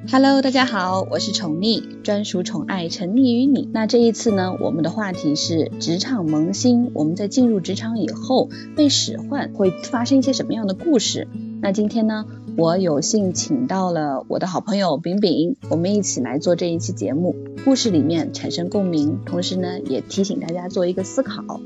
Hello， 大家好，我是宠溺，专属宠爱沉溺于你。那这一次呢，我们的话题是职场萌新，我们在进入职场以后被使唤会发生一些什么样的故事。那今天呢，我有幸请到了我的好朋友饼饼，我们一起来做这一期节目，故事里面产生共鸣，同时呢也提醒大家做一个思考。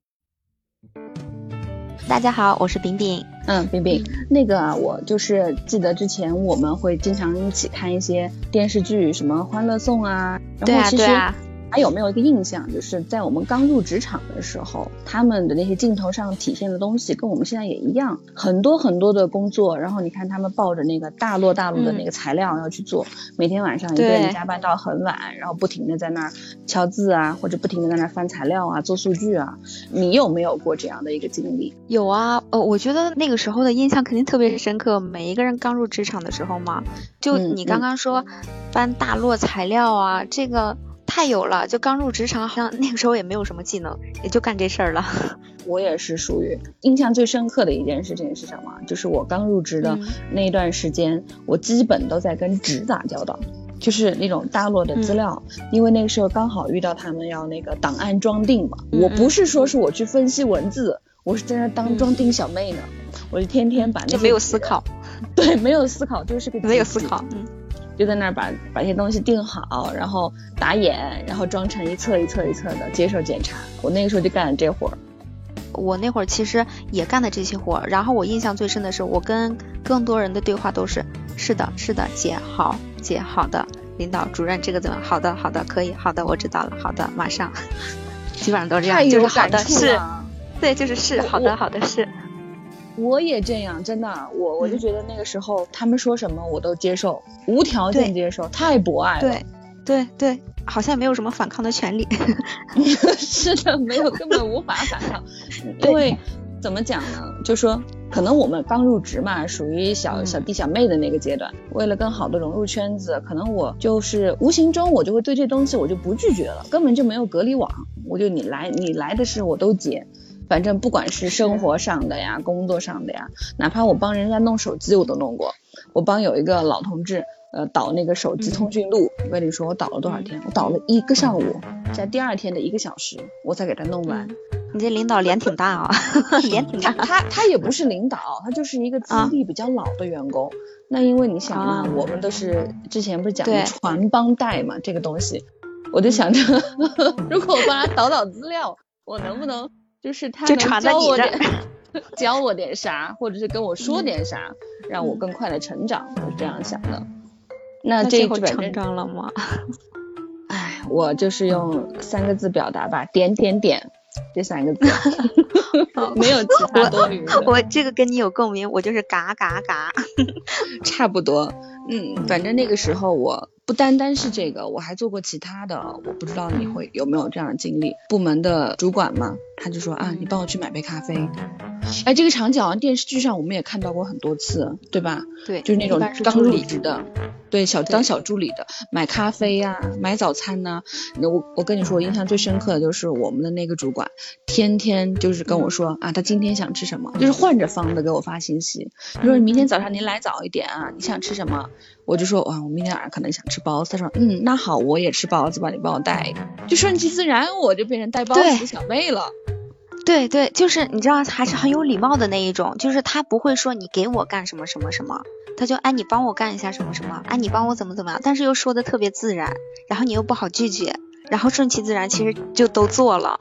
大家好，我是饼饼。 饼饼，那个我就是记得之前我们会经常一起看一些电视剧，什么《欢乐颂》啊，然后其实还有没有一个印象，就是在我们刚入职场的时候，他们的那些镜头上体现的东西跟我们现在也一样，很多很多的工作，然后你看他们抱着那个大摞的那个材料要去做，每天晚上一个人加班到很晚，然后不停的在那儿敲字啊，或者不停的在那儿翻材料啊，做数据啊。你有没有过这样的一个经历？ 有啊，我觉得那个时候的印象肯定特别深刻，每一个人刚入职场的时候嘛，就你刚刚说翻大摞材料啊，这个太有了，就刚入职场，好像那个时候也没有什么技能，也就干这事儿了。 我也是属于印象最深刻的一件事情是什么？就是我刚入职的那一段时间，我基本都在跟纸打交道，就是那种大摞的资料，因为那个时候刚好遇到他们要那个档案装订嘛。我不是说是我去分析文字，我是在那当装订小妹呢，我就天天把那些就没有思考， 对，没有思考，就是个没有思考， 就在那儿把这些东西定好，然后打眼，然后装成一册一册一册的接受检查。我那个时候就干了这活儿。 我那会儿其实也干的这些活儿，然后我印象最深的是，我跟更多人的对话都是是的，姐好，姐好的，领导主任这个怎么好的可以，好的我知道了，好的马上，基本上都这样，就是好的是，对，就是是好的是。 我也这样，真的，我就觉得那个时候他们说什么我都接受，无条件接受，太博爱了。 对，好像没有什么反抗的权利。 是的，没有，根本无法反抗。因为怎么讲呢，就说可能我们刚入职嘛，属于小弟小妹的那个阶段，为了更好的融入圈子，可能我就是无形中我就会对这东西我就不拒绝了，根本就没有隔离网，我就你来的事我都接。反正不管是生活上的呀，工作上的呀，哪怕我帮人家弄手机我都弄过。我帮有一个老同志导那个手机通讯录，我跟你说我导了多少天，我导了1个上午加第2天的1个小时我才给他弄完。 你这领导脸挺大啊。脸挺大。 他也不是领导，他就是一个资历比较老的员工。那因为你想嘛，我们都是之前不是讲的传帮带嘛，这个东西我就想着如果我帮他导资料，我能不能就是他能教我点啥，或者是跟我说点啥，让我更快的成长，我是这样想的。那这会成长了吗？ 我就是用3个字表达吧，点这3个字。没有其他多余的。 我这个跟你有共鸣，我就是嘎嘎嘎。 差不多。反正那个时候我不单单是这个，我还做过其他的，我不知道你会有没有这样的经历。部门的主管嘛，他就说你帮我去买杯咖啡。这个场景好像电视剧上我们也看到过很多次，对吧？ 对， 就是那种刚入职的，对，当小助理的，买咖啡呀，买早餐呐。我跟你说，我印象最深刻的就是我们的那个主管，天天就是跟我说他今天想吃什么，就是换着方的给我发信息，就说明天早上您来早一点啊，你想吃什么？我就说我明天晚上可能想吃包子。他说那好，我也吃包子吧，你帮我带一个。就顺其自然，我就变成带包子的小妹了。 对，就是你知道还是很有礼貌的那一种，就是他不会说你给我干什么什么什么，他就你帮我干一下什么什么，你帮我怎么样，但是又说的特别自然，然后你又不好拒绝，然后顺其自然，其实就都做了。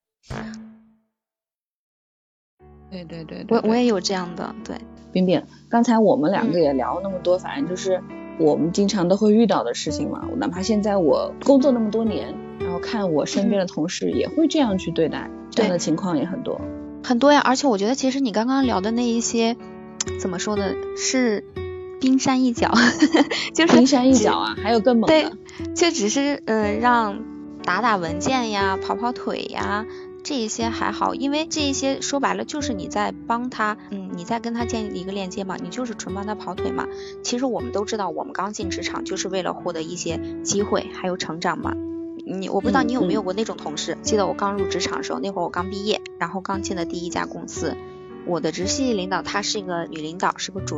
对， 我也有这样的。对， 饼饼，刚才我们2个也聊那么多，反正就是我们经常都会遇到的事情嘛。哪怕现在我工作那么多年，然后看我身边的同事也会这样去对待，这样的情况也很多呀。而且我觉得其实你刚刚聊的那一些怎么说呢，是冰山一角。就是冰山一角啊，还有更猛的。 对，就只是让打文件呀，跑腿呀，这一些还好，因为这一些说白了就是你在帮他你在跟他建立一个链接嘛，你就是纯帮他跑腿嘛。其实我们都知道，我们刚进职场就是为了获得一些机会还有成长嘛。我不知道你有没有过那种同事，记得我刚入职场的时候，那会儿我刚毕业，然后刚进的第1家公司，我的直系领导她是一个女领导，是个主任，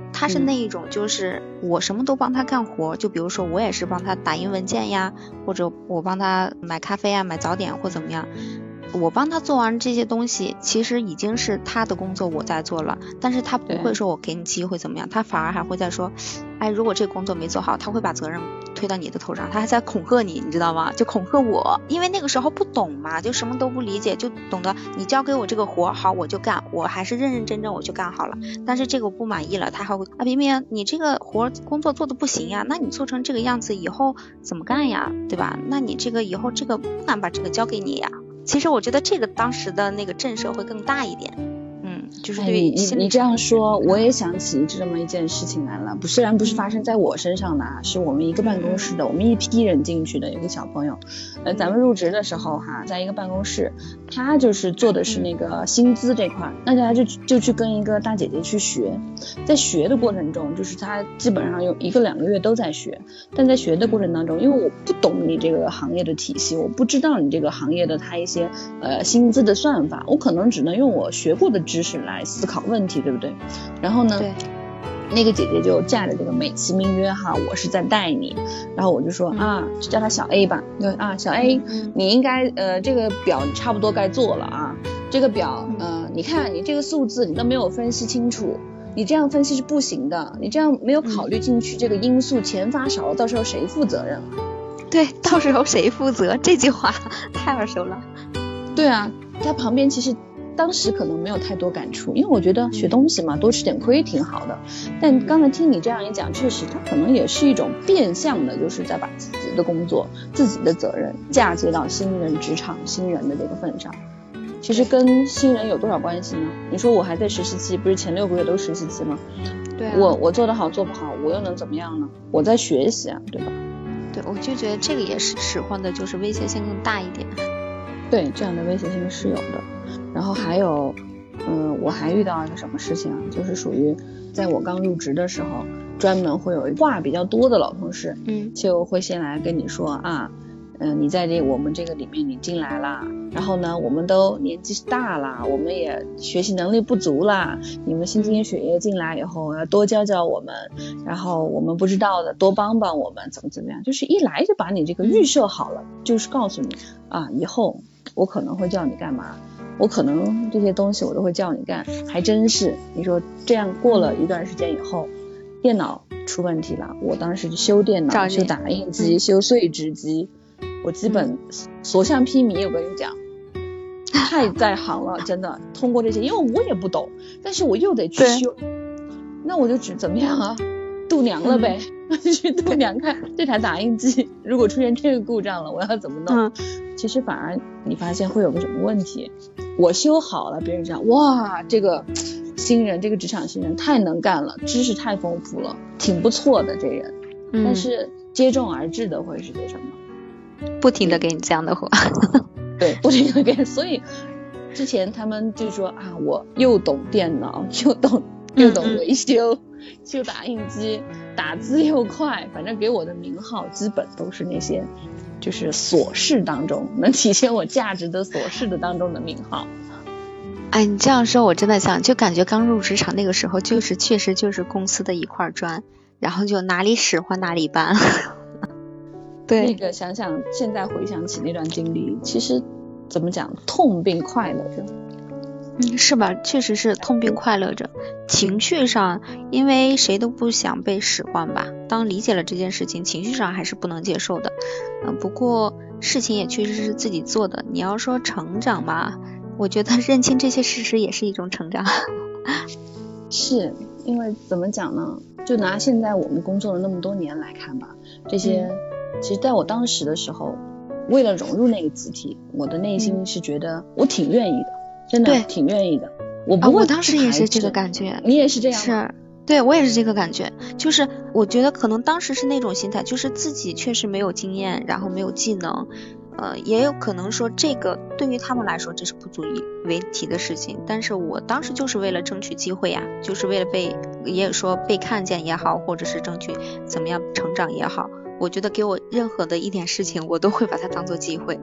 他是那一种就是我什么都帮他干活，就比如说我也是帮他打印文件呀，或者我帮他买咖啡啊，买早点或怎么样，我帮他做完这些东西其实已经是他的工作我在做了，但是他不会说我给你机会怎么样，他反而还会在说，哎，如果这个工作没做好，他会把责任推到你的头上，他还在恐吓你，你知道吗？就恐吓我，因为那个时候不懂嘛，就什么都不理解，就懂得你交给我这个活好我就干，我还是认认真真我就干好了，但是这个我不满意了，他还会啊，冰冰你这个活工作做的不行呀，那你做成这个样子以后怎么干呀，对吧？那你这个以后这个不敢把这个交给你呀。其实我觉得这个当时的那个震慑会更大一点，就是对你这样说，我也想起这么一件事情来了。虽然不是发生在我身上的，是我们一个办公室的，我们一批人进去的一个小朋友。咱们入职的时候哈，在一个办公室，他就是做的是那个薪资这块，那他就去跟一个大姐姐去学，在学的过程中，就是他基本上有1个2个月都在学，但在学的过程当中，因为我不懂你这个行业的体系，我不知道你这个行业的它一些薪资的算法，我可能只能用我学过的知识来思考问题，对不对？然后呢，那个姐姐就驾着这个美其名曰哈，我是在带你，然后我就说就叫她小 A 吧，小 A，你应该这个表差不多该做了啊，这个表你看你这个数字你都没有分析清楚，你这样分析是不行的，你这样没有考虑进去这个因素，钱发少了，到时候谁负责任？ 对，到时候谁负责？这句话太耳熟了。 对啊，他旁边其实当时可能没有太多感触，因为我觉得学东西嘛，多吃点亏挺好的。但刚才听你这样一讲，确实他可能也是一种变相的，就是在把自己的工作、自己的责任嫁接到新人职场、新人的这个份上。其实跟新人有多少关系呢？你说我还在实习期，不是前6个月都实习期吗？ 对啊， 我做得好做不好，我又能怎么样呢？我在学习啊，对吧？ 对，我就觉得这个也是使唤的，就是威胁性更大一点。 对，这样的威胁性是有的。然后还有我还遇到一个什么事情啊，就是属于在我刚入职的时候，专门会有话比较多的老同事，就会先来跟你说啊，你在我们这个里面你进来啦，然后呢我们都年纪大啦，我们也学习能力不足啦，你们新经血液进来以后要多教教我们，然后我们不知道的多帮帮我们，怎么样，就是一来就把你这个预设好了，就是告诉你啊，以后我可能会叫你干嘛，我可能这些东西我都会叫你干。还真是，你说这样过了一段时间以后，电脑出问题了，我当时就修电脑、修打印机、修碎纸机，我基本所向披靡。我跟你讲，太在行了，真的。通过这些，因为我也不懂，但是我又得去修，那我就只怎么样啊，度娘了呗。去度娘看这台打印机如果出现这个故障了，我要怎么弄？其实反而你发现会有个什么问题，我修好了，别人讲哇，这个新人，这个职场新人太能干了，知识太丰富了，挺不错的这人。但是接踵而至的会是些什么？ 不停的给你这样的话。 对，不停的给。所以之前他们就说啊，我又懂电脑，又懂维修，修打印机，打字又快，反正给我的名号基本都是那些就是琐事当中能体现我价值的琐事的当中的名号。 哎，你这样说我真的想，就感觉刚入职场那个时候确实就是公司的一块砖，然后就哪里使唤哪里搬。对， 那个想想现在回想起那段经历，其实怎么讲，痛并快乐着。 是吧？确实是痛并快乐着。情绪上，因为谁都不想被使唤吧。当理解了这件事情，情绪上还是不能接受的。不过事情也确实是自己做的。你要说成长吧，我觉得认清这些事实也是一种成长。 是因为怎么讲呢？就拿现在我们工作了那么多年来看吧，这些其实在我当时的时候，为了融入那个集体，我的内心是觉得我挺愿意的。真的挺愿意的，我不会、 我当时也是这个感觉。 你也是这样吗？ 是，对，我也是这个感觉。就是我觉得可能当时是那种心态，就是自己确实没有经验，然后没有技能，也有可能说这个对于他们来说这是不足以为提的事情，但是我当时就是为了争取机会呀，就是为了也说被看见也好，或者是争取怎么样成长也好，我觉得给我任何的一点事情我都会把它当做机会。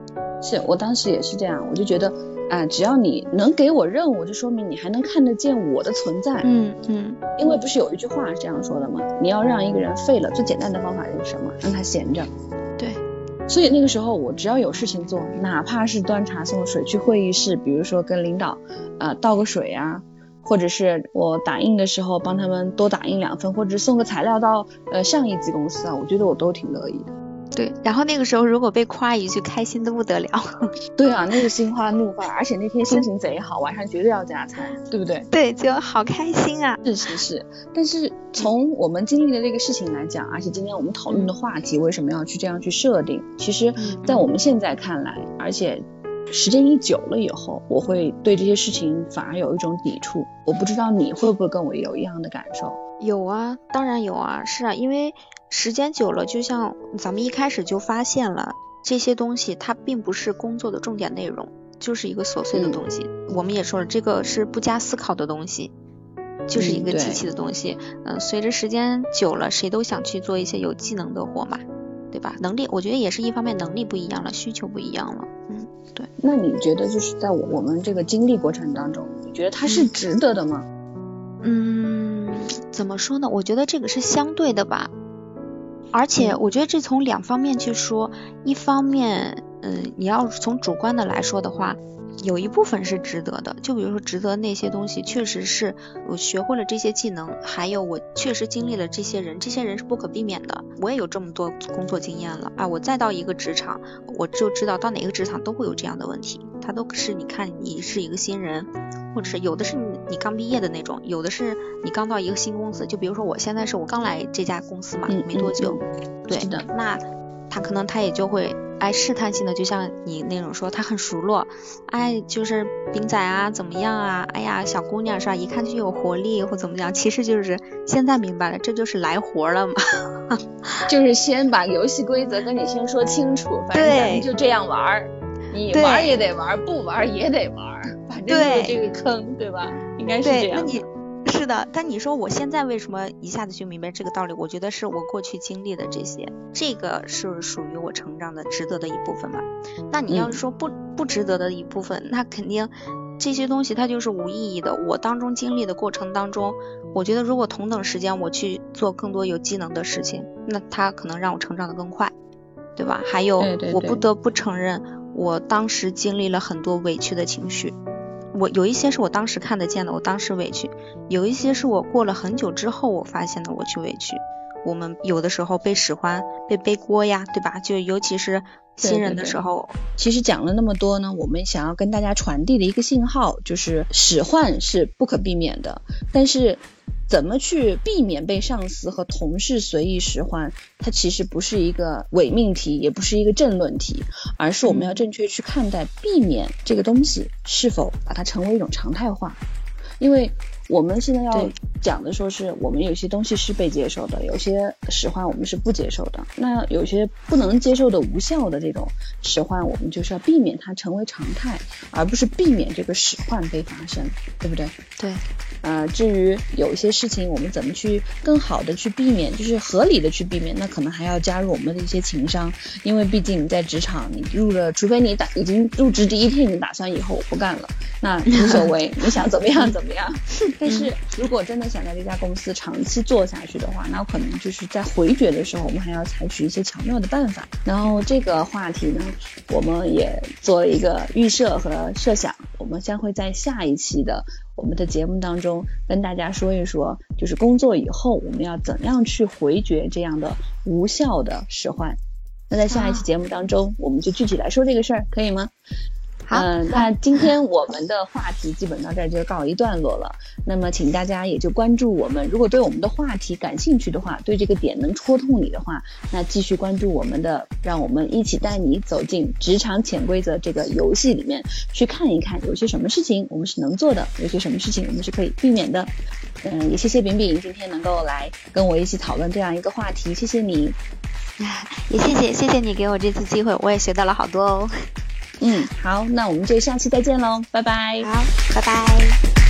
是我当时也是这样，我就觉得只要你能给我任务，就说明你还能看得见我的存在。因为不是有一句话是这样说的吗？你要让一个人废了，最简单的方法是什么？让他闲着。 对。 所以那个时候我只要有事情做，哪怕是端茶送水去会议室，比如说跟领导倒个水啊，或者是我打印的时候帮他们多打印2份，或者送个材料到上一级公司啊，我觉得我都挺乐意的。 对，然后那个时候如果被夸一句，开心的不得了。 对啊，那个心花怒放，而且那天心情贼好，晚上绝对要加餐，对不对？ 对，就好开心啊。 是。但是从我们经历的这个事情来讲，而且今天我们讨论的话题为什么要去这样去设定，其实在我们现在看来，而且时间一久了以后，我会对这些事情反而有一种抵触。我不知道你会不会跟我有一样的感受？ 有啊，当然有啊。是啊，因为时间久了，就像咱们一开始就发现了，这些东西它并不是工作的重点内容，就是一个琐碎的东西。我们也说了，这个是不加思考的东西，就是一个机器的东西。随着时间久了，谁都想去做一些有技能的活嘛，对吧？能力，我觉得也是一方面，能力不一样了，需求不一样了。对。 那你觉得就是在我们这个经历过程当中，你觉得它是值得的吗？ 怎么说呢？我觉得这个是相对的吧。而且我觉得这从2方面去说，一方面你要从主观的来说的话，有一部分是值得的，就比如说值得那些东西确实是我学会了这些技能，还有我确实经历了这些人是不可避免的。我也有这么多工作经验了我再到一个职场，我就知道到哪个职场都会有这样的问题，它都是你看你是一个新人，或者是有的是你刚毕业的那种，有的是你刚到一个新公司，就比如说我现在是我刚来这家公司嘛，没多久。对的。那他也就会试探性的，就像你那种说他很熟络，就是兵仔啊怎么样啊，哎呀小姑娘是吧，一看就有活力或怎么样，其实就是现在明白了，这就是来活了嘛。 就是先把游戏规则跟你先说清楚，反正咱们就这样玩，你玩也得玩，不玩也得玩，反正就是这个坑，对吧？应该是这样。 是的，但你说我现在为什么一下子就明白这个道理？我觉得是我过去经历的这个是属于我成长的值得的一部分嘛。那你要是说不值得的一部分，那肯定这些东西它就是无意义的。我当中经历的过程当中，我觉得如果同等时间我去做更多有技能的事情，那它可能让我成长得更快，对吧？还有我不得不承认，我当时经历了很多委屈的情绪。我有一些是我当时看得见的，我当时委屈；有一些是我过了很久之后我发现的，我去委屈。我们有的时候被使唤，被背锅呀，对吧？就尤其是新人的时候。 其实讲了那么多呢，我们想要跟大家传递的一个信号就是使唤是不可避免的，但是怎么去避免被上司和同事随意使唤，它其实不是一个伪命题，也不是一个政论题，而是我们要正确去看待避免这个东西是否把它成为一种常态化。因为我们现在要讲的说是我们有些东西是被接受的，有些使唤我们是不接受的，那有些不能接受的无效的这种使唤，我们就是要避免它成为常态，而不是避免这个使唤被发生，对不对？ 对。 至于有一些事情我们怎么去更好的去避免，就是合理的去避免，那可能还要加入我们的一些情商，因为毕竟你在职场你除非你已经入职第一天你打算以后我不干了，那无所谓你想怎么样怎么样。但是如果真的想在这家公司长期做下去的话，那可能就是在回绝的时候我们还要采取一些巧妙的办法。然后这个话题呢，我们也做了一个预设和设想，我们将会在下一期的我们的节目当中跟大家说一说，就是工作以后我们要怎样去回绝这样的无效的使唤。那在下一期节目当中我们就具体来说这个事儿，可以吗？好，那今天我们的话题基本到这儿就告一段落了。那么请大家也就关注我们，如果对我们的话题感兴趣的话，对这个点能戳痛你的话，那继续关注我们的，让我们一起带你走进职场潜规则这个游戏里面，去看一看有些什么事情我们是能做的，有些什么事情我们是可以避免的。也谢谢饼饼今天能够来跟我一起讨论这样一个话题，谢谢你。 也谢谢你给我这次机会，我也学到了好多哦。 好，那我们就下期再见喽，拜拜。 好，拜拜。